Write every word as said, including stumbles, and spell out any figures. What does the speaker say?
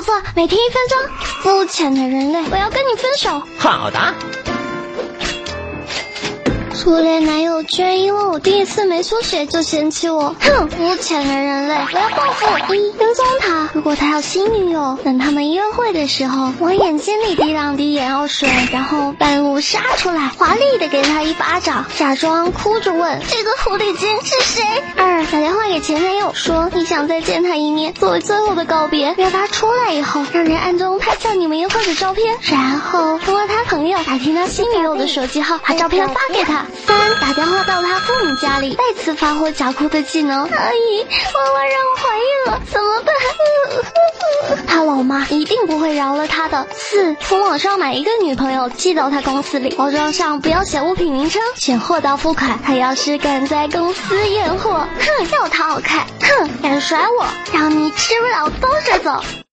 错，每天一分钟。肤浅的人类，我要跟你分手。 好的。 初恋男友居然因为我第一次没缩写就嫌弃我，哼！肤浅的人类，我要报复！一，跟踪他。如果他有新女友，等他们约会的时候，我眼睛里滴两滴眼药水，然后半路杀出来，华丽的给他一巴掌，假装哭着问这个狐狸精是谁。二，打电话给前男友说你想再见他一面，作为最后的告别，约他出来以后，让人暗中拍下你们约会的照片，然后通过他朋友打听他新女友的手机号，把照片发给他。三，打电话到他父母家里，再次发挥假哭的技能。阿姨，妈妈让我怀孕了，怎么办？他老妈一定不会饶了他的。四，从网上买一个女朋友寄到他公司里，包装上不要写物品名称，选货到付款。他要是敢在公司验货，哼，要他好看，哼，敢甩我，让你吃不了兜着走。